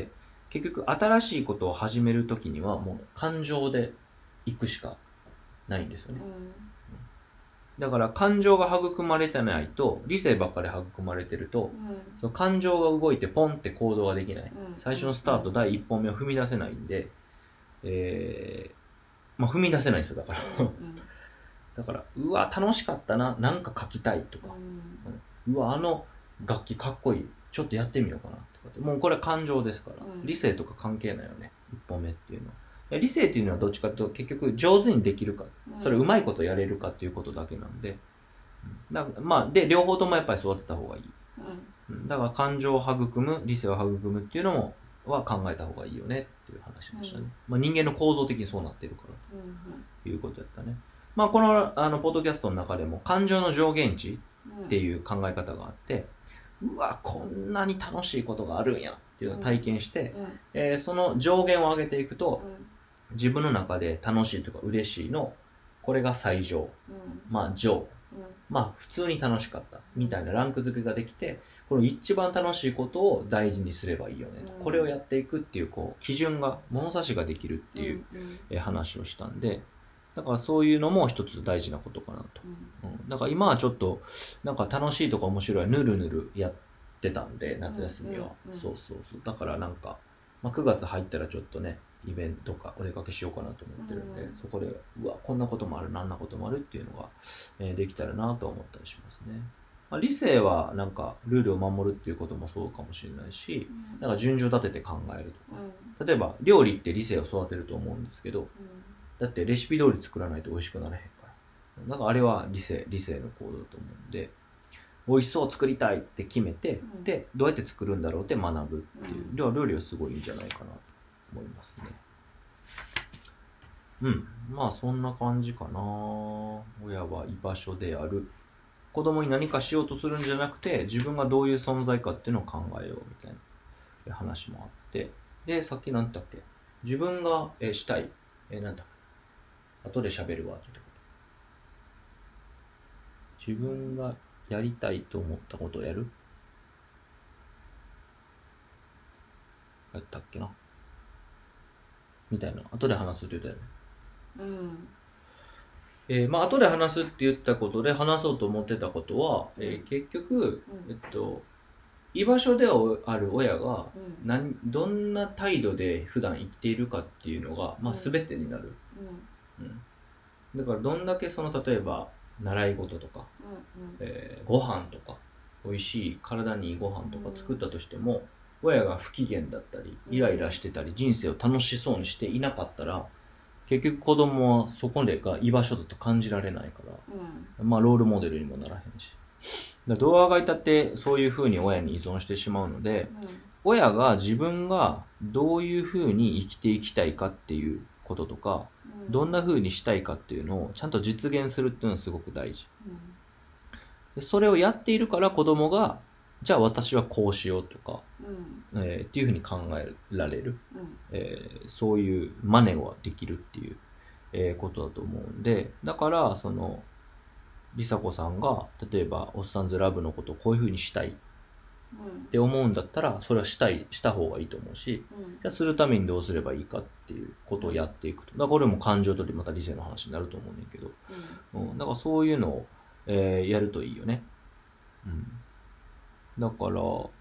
結局新しいことを始めるときにはもう感情で行くしかないんですよね、 うん、 だから感情が育まれてないと理性ばっかり育まれてると、 うん、 その感情が動いてポンって行動ができない、うん、最初のスタート、うん、第一歩目を踏み出せないんで、えーまあ、踏み出せないんですよだから、うん、だからうわ楽しかったな、なんか書きたいとか、うん、うわあの楽器かっこいい、ちょっとやってみようかなとかって、もうこれは感情ですから、うん、理性とか関係ないよね一歩目っていうのは。理性っていうのはどっちかというと結局上手にできるか、それうまいことやれるかっていうことだけなんで、だからまあで両方ともやっぱり育てた方がいい、うん、だから感情を育む、理性を育むっていうのもは考えた方がいいよねっていう話でしたね、うん、まあ、人間の構造的にそうなってるからということやったね。まあこのあのポッドキャストの中でも感情の上限値っていう考え方があって、うわこんなに楽しいことがあるんやっていうのを体験して、うんうん、えー、その上限を上げていくと、うん、自分の中で楽しいとか嬉しいのこれが最上、うん、まあ上、うん、まあ普通に楽しかったみたいなランク付けができて、この一番楽しいことを大事にすればいいよねと、うん、これをやっていくっていうこう基準が物差しができるっていう、うんうん、話をしたんで、だからそういうのも一つ大事なことかなと、うんうん、だから今はちょっとなんか楽しいとか面白いぬるぬるやってたんで夏休みは、うんうんうん、そうそうそう、だからなんか、まあ、くがつ入ったらちょっとねイベントとかお出かけしようかなと思ってるんで、うん、そこでうわこんなこともある、なんなこともあるっていうのが、えー、できたらなと思ったりしますね。まあ、理性はなんかルールを守るっていうこともそうかもしれないし、うん、なんか順序立てて考えるとか、うん、例えば料理って理性を育てると思うんですけど、うん、だってレシピ通り作らないと美味しくならへんから、なんかあれは理性理性の行動だと思うんで、美味しそう作りたいって決めて、うん、でどうやって作るんだろうって学ぶっていう、では料理はすごいいいんじゃないかなと思いますね。うん、まあそんな感じかな。親は居場所である。子供に何かしようとするんじゃなくて、自分がどういう存在かっていうのを考えようみたいな話もあって、でさっき何だっけ、自分がえしたいえ何だっけ、後で喋るわってこと、自分がやりたいと思ったことをやるやったっけなみたいな、後で話すって言ったよね。うん。えー、まあ後で話すって言ったことで話そうと思ってたことは、うん、えー、結局、うん、えっと居場所である親が何、うん、どんな態度で普段生きているかっていうのが、まあ、全てになる、うんうん、だからどんだけその例えば習い事とか、うんうん、えー、ご飯とか美味しい体にいいご飯とか作ったとしても、うん、親が不機嫌だったりイライラしてたり人生を楽しそうにしていなかったら、結局子供はそこでが居場所だと感じられないから、うん、まあロールモデルにもならへんし、だ動画がいたってそういう風に親に依存してしまうので、うん、親が自分がどういう風に生きていきたいかっていうこととか、うん、どんな風にしたいかっていうのをちゃんと実現するっていうのはすごく大事、うん、でそれをやっているから子供がじゃあ私はこうしようとか、うん、えー、っていう風に考えられる、うん、えー、そういうマネができるっていう、えー、ことだと思うんで、だからそのりさこさんが例えばおっさんずラブのことをこういう風にしたいって思うんだったら、それはしたいした方がいいと思うし、うん、じゃあするためにどうすればいいかっていうことをやっていくと、だからこれも感情とまた理性の話になると思うねんけど、うんうん、だからそういうのを、えー、やるといいよね、うん、だから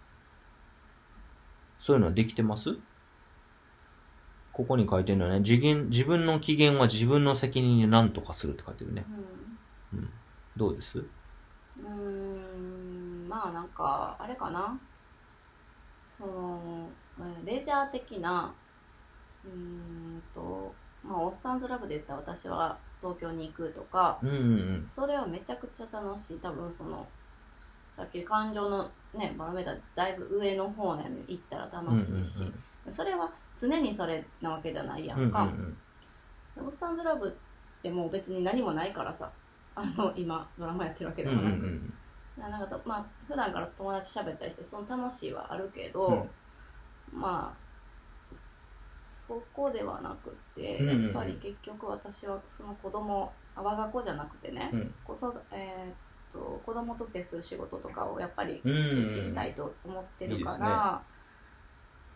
そういうのはできてます？ここに書いてるのはね、自分、自分の機嫌は自分の責任に何とかするって書いてるね、うんうん、どうです？ うーん、まあなんかあれかな、そのレジャー的な、うーんとまあおっさんずラブで言ったら私は東京に行くとか、うんうんうん、それはめちゃくちゃ楽しい。多分そのさっき感情のねバロメーターだいぶ上の方に行ったら楽しいし、うんうんうん、それは常にそれなわけじゃないやんか、うんうんうん、おっさんずラブってもう別に何もないからさ、あの今ドラマやってるわけでもなく、うんうんうん、なんかとまあ普段から友達喋ったりしてその楽しいはあるけど、うん、まあそこではなくて、うんうんうん、やっぱり結局私はその子供我が子じゃなくてね、うん、子育えー、っと子供と接する仕事とかをやっぱりしたいと思ってるから、うんうんうん、いいですね、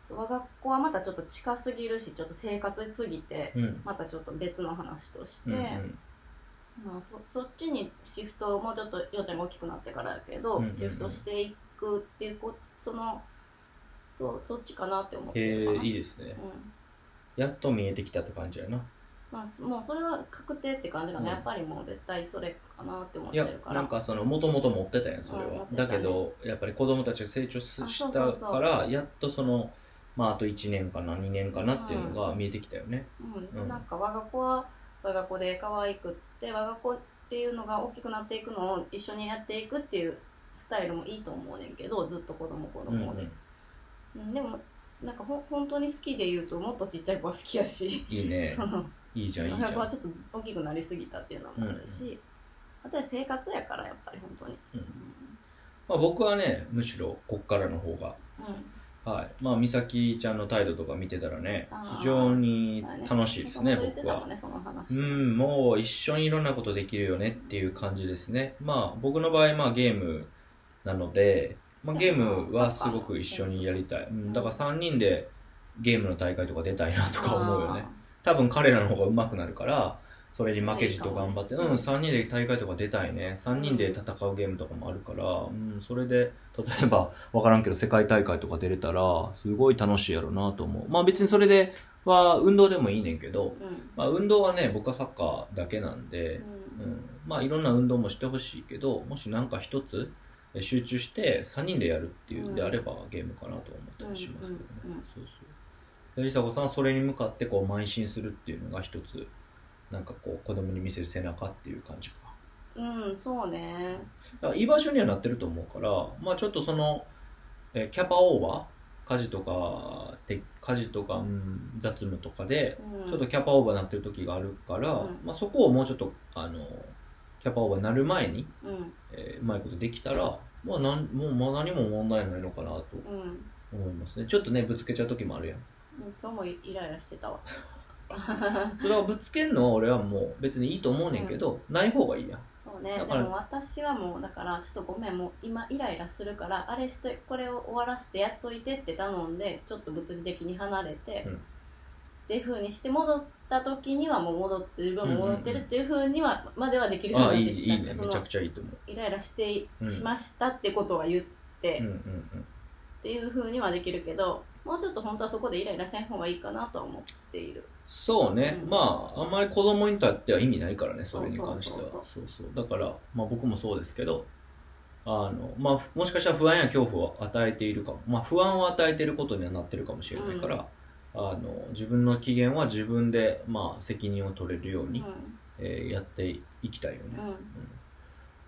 そう我が子はまたちょっと近すぎるしちょっと生活すぎて、 うん、 またちょっと別の話として、 うんうんまあ、そ, そっちにシフトもうちょっとようちゃんが大きくなってからやけど、 うんうんうん、 シフトしていくっていうこそのそうそっちかなって思ってるかな。 えー、いいですね、うん、やっと見えてきたって感じやな。 まあ、もうそれは確定って感じかな、うん、やっぱりもう絶対それかなって思ってるから。 いやなんかそのもともと持ってたやんそれは、うんね、だけどやっぱり子供たちが成長したからやっとそのまああといちねんかなにねんかなっていうのが見えてきたよね、 うんうん、なんか我が子は我が子で可愛くって我が子っていうのが大きくなっていくのを一緒にやっていくっていうスタイルもいいと思うねんけど、ずっと子供子供で、うんうん、でもなんかほ本当に好きで言うともっとちっちゃい子は好きやし、 いいねそのいいじゃんいいじゃん。 我が子はちょっと大きくなりすぎたっていうのもあるし、うん、あとは生活やからやっぱり本当に、 うんまあ、僕はねむしろこっからの方が、うんはいまあ、美咲ちゃんの態度とか見てたらね非常に楽しいですね、ね僕は、ね、その話うんもう一緒にいろんなことできるよねっていう感じですね。まあ僕の場合まあゲームなので、まあ、ゲームはすごく一緒にやりたい、うん、だからさんにんでゲームの大会とか出たいなとか思うよね。多分彼らの方が上手くなるからそれに負けじと頑張って、ね、うん、さんにんで大会とか出たいね。さんにんで戦うゲームとかもあるから、うん、それで例えば分からんけど世界大会とか出れたらすごい楽しいやろうなと思う。まあ別にそれでは運動でもいいねんけど、うんまあ、運動はね僕はサッカーだけなんで、うんうん、まあいろんな運動もしてほしいけど、もしなんか一つ集中してさんにんでやるっていうんであればゲームかなと思ったりしますけどね、うんうんうん、そうそう。梨紗子さんはそれに向かってこう邁進するっていうのが一つなんかこう子供に見せる背中っていう感じか。 うんそうね。 だから居場所にはなってると思うから、まあちょっとそのえキャパオーバー家事とかで家事とか、うん、雑務とかでちょっとキャパオーバーになってる時があるから、うんまあ、そこをもうちょっとあのキャパオーバーになる前に、うんえー、うまいことできたら、まあ、なんもうまあ何も問題ないのかなと思いますね、うん、ちょっとねぶつけちゃう時もあるやん。 今日もイライラしてたわそれをぶつけるのは俺はもう別にいいと思うねんけど、うん、ない方がいいやん。 そうね、でも私はもうだからちょっとごめんもう今イライラするからあれしてこれを終わらせてやっといてって頼んでちょっと物理的に離れて、うん、っていう風にして戻った時にはもう戻って自分も戻ってるっていう風には、うんうんうん、まではできるようになってきた。 ああいいいいねめちゃくちゃいいと思う。 イライラして、うん、しましたってことは言って、うんうんうん、っていう風にはできるけどもうちょっと本当はそこでイライラせん方がいいかなとは思っている。 そうね、うん、まああんまり子供にとっては意味ないからねそれに関しては。そうそうだから、まあ、僕もそうですけどあの、まあ、もしかしたら不安や恐怖を与えているかも、まあ、不安を与えていることにはなってるかもしれないから、うん、あの自分の機嫌は自分で、まあ、責任を取れるように、うんえー、やっていきたいよね、うんうん、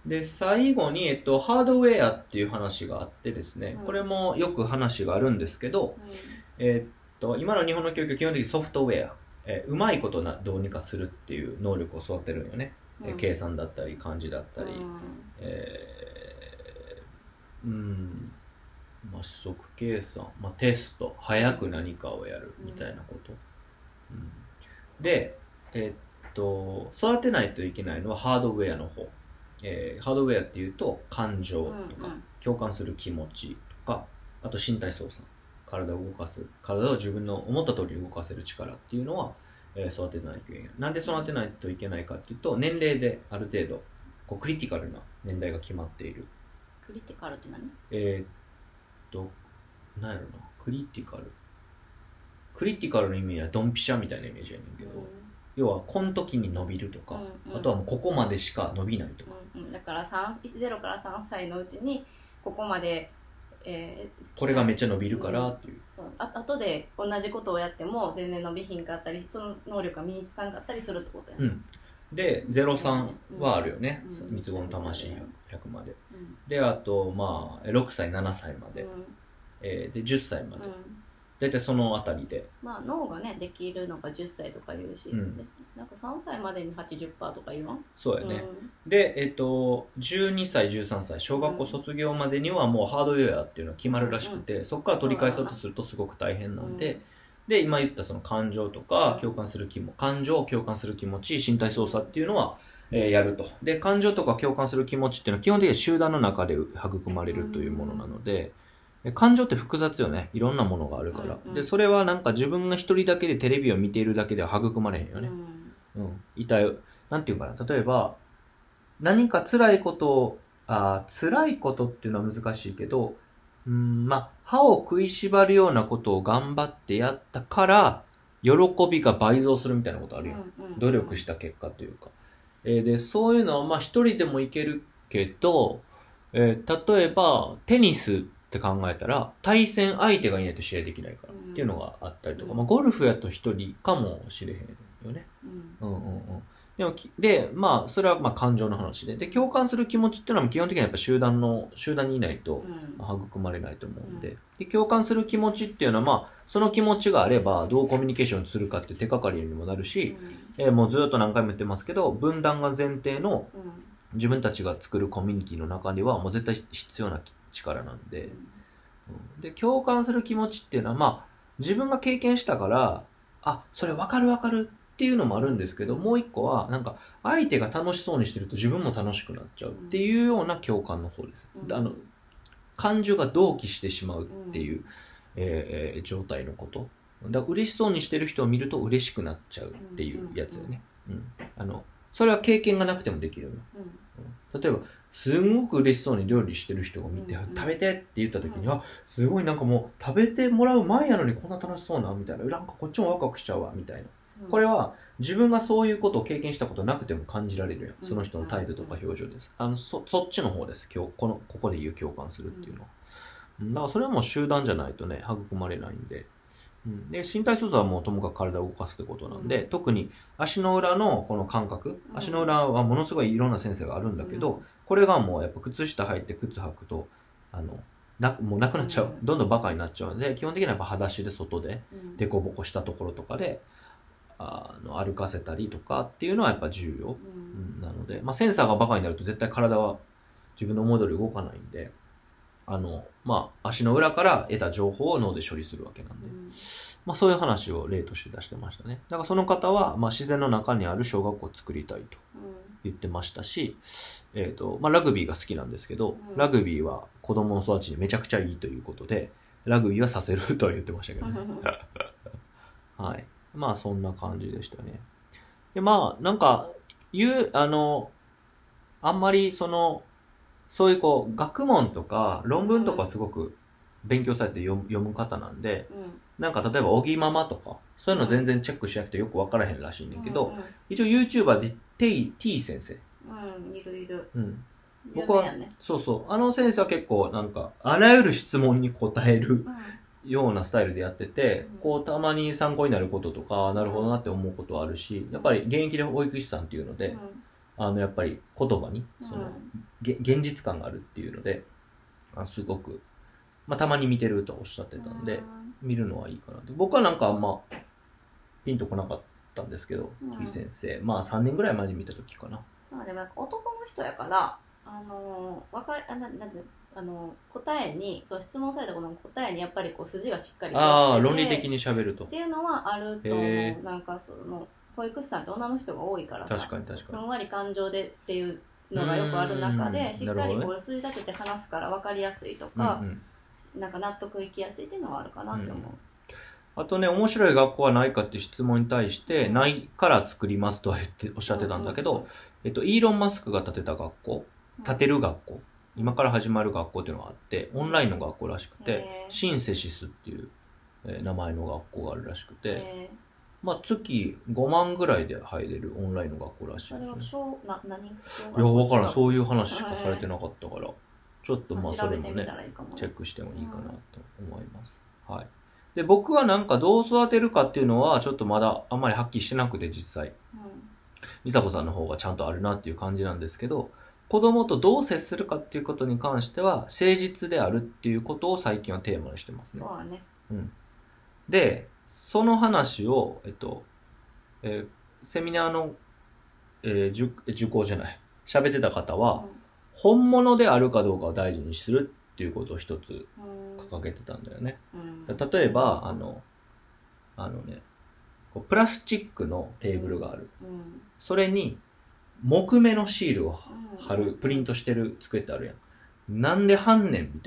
で最後に、えっと、ハードウェアっていう話があってですね、うん、これもよく話があるんですけど、うんえー、っと今の日本の教育は基本的にソフトウェアえー、うまいことなどうにかするっていう能力を育てるんよね、うんえー、計算だったり漢字だったり、うんえーうんまあ、指則計算、まあ、テスト早く何かをやるみたいなこと、うんうん、で、えー、っと育てないといけないのはハードウェアの方、えー、ハードウェアっていうと感情とか、うんうん、共感する気持ちとかあと身体操作体を動かす体を自分の思った通り動かせる力っていうのは、えー、育てないといけない。なんで育てないといけないかっていうと年齢である程度こうクリティカルな年代が決まっている。 クリティカルって何？ えー、っと何やろなクリティカルクリティカルの意味はドンピシャみたいなイメージやねんけど、うん、要はこの時に伸びるとか、うんうん、あとはもうここまでしか伸びないとか、 うんうん、だからゼロからさんさいのうちにここまでえー、 これがめっちゃ伸びるからっていう、うん、 そうあ後で同じことをやっても全然伸びひんかったりその能力が身につかんかったりするってことやね、うん、 でゼロさんはあるよね、うん、三つ子の魂 ひゃく, ひゃくまで、うん、であとまあろくさいななさいまで、うんえー、でじゅっさいまで、うん、大体そのあたりでまあ脳がねできるのがじゅっさいとか言うし、うん、なんかさんさいまでに はちじゅっパーセント とか言わんそうやね、うん、でえっ、ー、とじゅうにさいじゅうさんさい小学校卒業までにはもうハードウェアっていうのが決まるらしくて、うん、そこから取り返そうとするとすごく大変なんで、うん、で今言ったその感情とか共感する気も感情を共感する気持ち身体操作っていうのは、えー、やると。で感情とか共感する気持ちっていうのは基本的に集団の中で育まれるというものなので、 感情って複雑よね。いろんなものがあるから。 うんうん、 で、それはなんか自分が一人だけでテレビを見ているだけでは育まれへんよね。うん。うん、いたよ。なんていうかな。例えば、何か辛いことを、あ辛いことっていうのは難しいけど、うん、まあ、歯を食いしばるようなことを頑張ってやったから、喜びが倍増するみたいなことあるよ。うんうんうん、努力した結果というか。えー、で、そういうのはまあ一人でもいけるけど、えー、例えばテニスって考えたら対戦相手がいないと試合できないからっていうのがあったりとか、うん、まあ、ゴルフやと一人かもしれへんよね。うん、うんうんうんでもで、まあ、それはまあ感情の話で。で、共感する気持ちっていうのは基本的にはやっぱ集団の、集団にいないと育まれないと思うんで。で、共感する気持ちっていうのはまあ、その気持ちがあればどうコミュニケーションするかって手がかりにもなるし、うん、えー、もうずっと何回も言ってますけど、分断が前提の自分たちが作るコミュニティの中ではもう絶対必要な力なんで。うん、で、共感する気持ちっていうのはまあ、自分が経験したから、あ、それ分かる分かる。っていうのもあるんですけど、もう一個は、なんか、相手が楽しそうにしてると自分も楽しくなっちゃうっていうような共感の方です。うん、あの、感情が同期してしまうっていう、うん、えー、状態のこと。だから嬉しそうにしてる人を見ると嬉しくなっちゃうっていうやつよね。うん。あの、それは経験がなくてもできるの。うん、例えば、すんごく嬉しそうに料理してる人を見て、うん、食べてって言った時には、うん、すごいなんかもう食べてもらう前やのにこんな楽しそうなみたいな。なんかこっちもワクワクしちゃうわみたいな。これは自分がそういうことを経験したことなくても感じられるよ。その人の態度とか表情です。あの そ, そっちの方です。今日このここで言う共感するっていうのは。だからそれはもう集団じゃないとね育まれないんで。うん、で身体操作はもうともかく体を動かすってことなんで、うん、特に足の裏のこの感覚、足の裏はものすごいいろんな先生があるんだけど、うん、これがもうやっぱ靴下履いて靴履くとあのなもうなくなっちゃう、うん、どんどんバカになっちゃうので、基本的にはやっぱ裸足で外でデコボコしたところとかであの歩かせたりとかっていうのはやっぱ重要、うん、なので、まあ、センサーがバカになると絶対体は自分の思い通り動かないんで、あの、まあ、足の裏から得た情報を脳で処理するわけなんで、うん、まあ、そういう話を例として出してましたね。だからその方は、まあ、自然の中にある小学校を作りたいと言ってましたし、うん、えっと、まあ、ラグビーが好きなんですけど、うん、ラグビーは子供の育ちにめちゃくちゃいいということで、ラグビーはさせるとは言ってましたけどね。はい。まあそんな感じでしたね。で、まあなんか、言う、あの、あんまりその、そういうこう、学問とか論文とかすごく勉強されて読む、読む方なんで、うん、なんか例えば、おぎママとか、そういうの全然チェックしなくてよくわからへんらしいんだけど、うんうん、一応 YouTuber で T, T 先生。 うん、いるいる。 うん。僕は、ね、そうそう。あの先生は結構なんか、あらゆる質問に答える、うんようなスタイルでやってて、こうたまに参考になることとか、なるほどなって思うことはあるし、やっぱり現役で保育士さんっていうので、うん、あのやっぱり言葉にその、うん、現実感があるっていうので、あすごく、まあ、たまに見てるとおっしゃってたんで、うん、見るのはいいかなと。僕はなんかあんまピンとこなかったんですけど、うん、先生、まあさんねんぐらい前に見た時かな。 まあでも男の人やから、あのー、わかるあななんであの答えにそう質問されたことの答えにやっぱりこう筋がしっかりああ論理的に喋るとっていうのはあると思う。なんかその保育士さんって女の人が多いからさ、 確かに確かにふんわり感情でっていうのがよくある中でしっかりこう筋立てて話すから分かりやすいとか、うんうん、なんか納得いきやすいっていうのはあるかなって思う、うん、 あとね面白い学校はないかっていう質問に対して、うん、ないから作りますとは言っておっしゃってたんだけど、うんうんうんえっと、イーロン・マスクが建てた学校建てる学校、今から始まる学校っていうのがあって、オンラインの学校らしくて、シンセシスっていう、えー、名前の学校があるらしくて、まあ月ごまんぐらいで入れるオンラインの学校らしいですね。それは小な何？いや分からん、そういう話しかされてなかったから、ちょっとまあそれもねチェックしてもいいかなと思います。はい。で僕はなんかどう育てるかっていうのはちょっとまだあんまりはっきりしてなくて実際、うん、美佐子さんの方がちゃんとあるなっていう感じなんですけど。子供とどう接するかっていうことに関しては誠実であるっていうことを最近はテーマにしてますね。 そうだね。 うん。で、その話を、えっと、えー、セミナーの、えー、受、受講じゃない、喋ってた方は、うん、本物であるかどうかを大事にするっていうことを一つ掲げてたんだよね。うん、例えば、あの、あのね、こうプラスチックのテーブルがある。うん、それに、木目のシールを貼る、プリントしてる机ってあるやん。なんで貼んねんみたいな。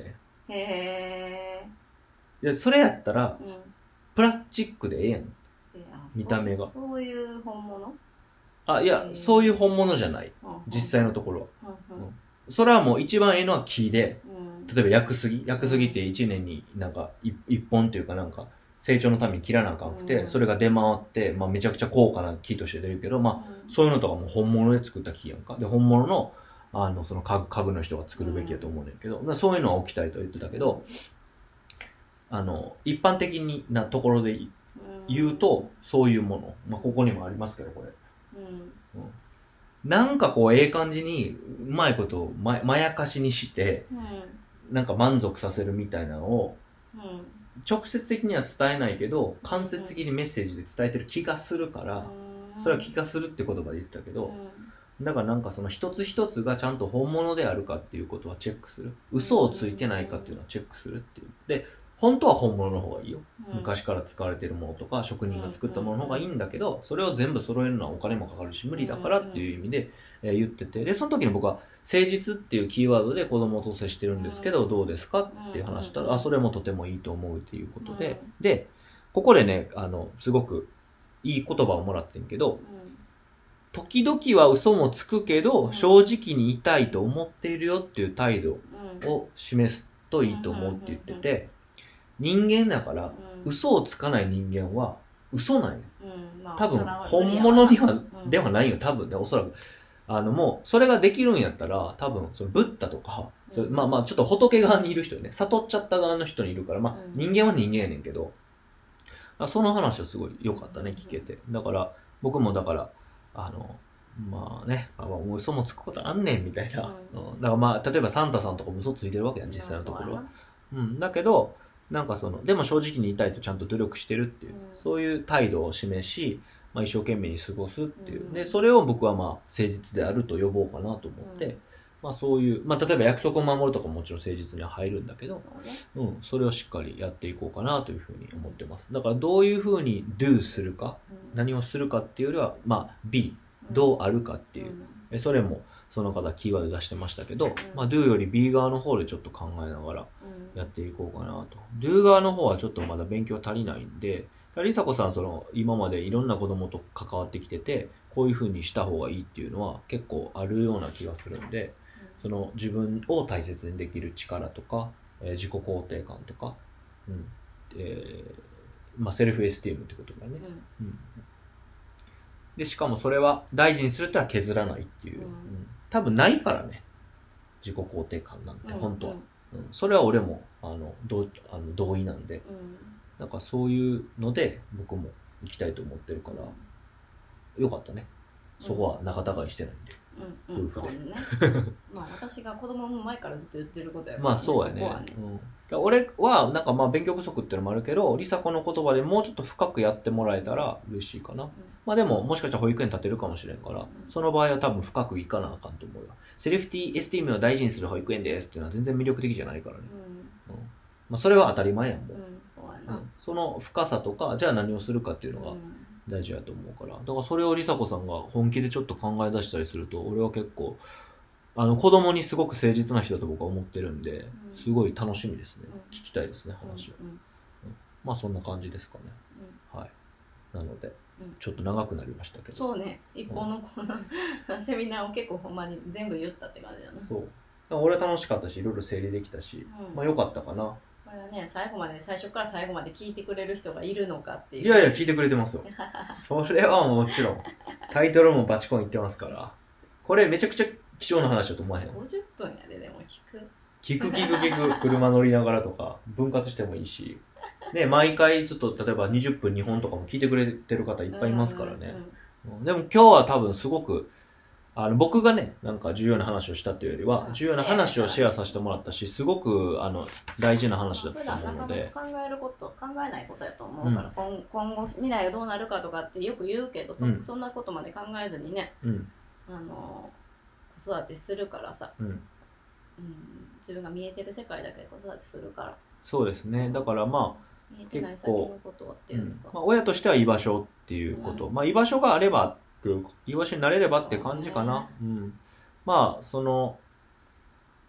へえ。 いや、それやったら、 うん。 プラスチックでええやん。 えあ見た目がそうそういう本物。 あ、いや、 へーそういう本物じゃない。 うんうん実際のところは。 うんうんそれはもう一番ええのは木で、 うん例えば薬杉薬杉って一年になんかい一本っていうかなんか成長のために切らなあかんくて、 うんそれが出回って、まあめちゃくちゃ高価な木として出るけど、まあうんそういうのとかも本物で作った木やんか。で、本物の、あの、その家具家具の人が作るべきやと思うねんけど、まあそういうのは置きたいと言ってたけど、あの、一般的なところで言うと、そういうもの。まあここにもありますけど、これ。 うんうんなんかこう、ええ感じに、うまいことをま、まやかしにして、 うんなんか満足させるみたいなのを、 うん直接的には伝えないけど、間接的にメッセージで伝えてる気がするから、それは気がするって言葉で言ったけど、だからなんかその一つ一つがちゃんと本物であるかっていうことはチェックする。嘘をついてないかっていうのはチェックするっていう。で、本当は本物の方がいいよ。昔から使われてるものとか職人が作ったものの方がいいんだけど、それを全部揃えるのはお金もかかるし無理だからっていう意味で、えー言ってて、でその時に僕は誠実っていうキーワードで子供と接してるんですけどどうですかっていう話したら、あそれもとてもいいと思うっていうことで、でここでねあのすごくいい言葉をもらってんけど、時々は嘘もつくけど正直にいたいと思っているよっていう態度を示すといいと思うって言ってて、人間だから嘘をつかない人間は嘘なんよ。多分本物にはではないよ多分ね、おそらくあのもうそれができるんやったら多分そのブッダとか、それまあまあちょっと仏側にいる人ね、悟っちゃった側の人にいるから、まあ人間は人間やねんけど、その話はすごい良かったね聞けて。だから僕もだからあのまあね、まあ、嘘もつくことあんねんみたいな、うん、だからまあ例えばサンタさんとかも嘘ついてるわけやん実際のところは、うん、だけどなんかそのでも正直に言いたいとちゃんと努力してるっていう、うん、そういう態度を示し、まあ、一生懸命に過ごすっていう、うん、でそれを僕はまあ誠実であると呼ぼうかなと思って、うん、まあそういう、まあ、例えば約束を守るとかももちろん誠実には入るんだけど そ,、ねうん、それをしっかりやっていこうかなというふうに思ってます。だからどういうふうに do するか、うん、何をするかっていうよりはまあ beどうあるかっていう、うん、それもその方キーワード出してましたけど、うんまあ、do より be 側の方でちょっと考えながらやっていこうかなと。do 側の方はちょっとまだ勉強足りないんで、りさこさんその今までいろんな子供と関わってきてて、こういう風にした方がいいっていうのは結構あるような気がするんで、その自分を大切にできる力とか、えー、自己肯定感とか、うんえーまあ、セルフエスティームってことだね。うんうんでしかもそれは大事にするってのは削らないっていう、うんうん、多分ないからね自己肯定感なんて本当は、うんうん、それは俺もあの同あの同意なんで、うん、なんかそういうので僕も行きたいと思ってるから、うん、よかったねそこは仲違いしてないんで、 うんうん、夫婦で、ね、まあ私が子供の前からずっと言ってることやから、ね、 まあそうやね、ねうん、俺はなんかまあ勉強不足っていうのもあるけどりさ子の言葉でもうちょっと深くやってもらえたら嬉しいかな、うん、まあでももしかしたら保育園立てるかもしれんから、うん、その場合は多分深くいかなあかんと思うよ。セルフティーエスティームを大事にする保育園ですっていうのは全然魅力的じゃないからね、うんうんまあ、それは当たり前やんもう、うんそうやなうん、その深さとかじゃあ何をするかっていうのが大事やと思うから、だからそれをりさこさんが本気でちょっと考え出したりすると俺は結構あの子供にすごく誠実な人だと僕は思ってるんで、うん、すごい楽しみですね、うん、聞きたいですね話を、うんうん、まあそんな感じですかね、うん、はいなので、うん、ちょっと長くなりましたけどそうね一本のこの、うん、セミナーを結構ほんまに全部言ったって感じだね。 そう俺は楽しかったしいろいろ整理できたし、うん、まあ良かったかな。 これはね最後まで最初から最後まで聞いてくれる人がいるのかっていう。 いやいや聞いてくれてますよそれはもちろんタイトルもバチコン言ってますからこれめちゃくちゃ貴重な話だと思わへん。 ごじゅっぷんやででも聞く聞く聞く聞く車乗りながらとか分割してもいいしね毎回ちょっと例えばにじゅっぷんにほんとかも聞いてくれてる方いっぱいいますからね、うんうんうん、でも今日は多分すごくあの僕がねなんか重要な話をしたというよりは重要な話をシェアさせてもらったしすごくあの大事な話だったと思うので、 考えること考えないことやと思うから、うん、今後未来がどうなるかとかってよく言うけど そ,、うん、そんなことまで考えずにね、うん、あの子育てするからさ、うんうん、自分が見えてる世界だけで子育てするから。 そうですねだからまあ見えてない先のことはっていうのか、 うんまあ、親としては居場所っていうこと、うん、まあ居場所があれば居場所になれればって感じかな う、ねうん、まあその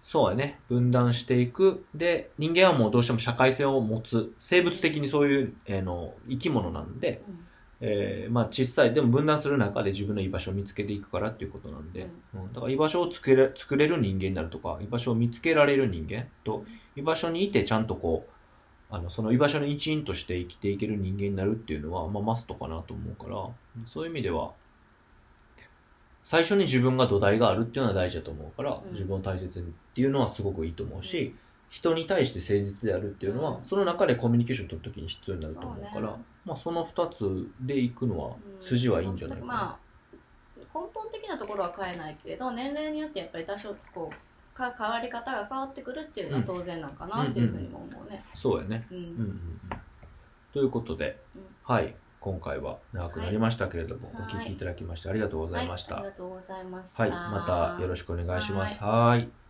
そうやね。分断していく。で、人間はもうどうしても社会性を持つ。生物的にそういう、えー、の生き物なんで、 うんえー、まあ小さい、でも分断する中で自分の居場所を見つけていくからっていうことなんで、うんうん、だから居場所を作れ、作れる人間になるとか、居場所を見つけられる人間と、居場所にいてちゃんとこう、あの、その居場所の一員として生きていける人間になるっていうのは、まあマストかなと思うから、そういう意味では、最初に自分が土台があるっていうのは大事だと思うから、うん、自分を大切にっていうのはすごくいいと思うし、うん、人に対して誠実であるっていうのは、うん、その中でコミュニケーション取るときに必要になると思うから、ね、まあその二つでいくのは筋はいいんじゃないかな。まあ、根本的なところは変えないけれど、年齢によってやっぱり多少こうか変わり方が変わってくるっていうのは当然なんかなっていうふうにも思うね。うんうんうん、 そうやね。うんうんうん、ということで、はい。今回は長くなりましたけれども、はい、お聞きいただきましてありがとうございました。 はい、ありがとうございました。 はい、またよろしくお願いします。はい。はい。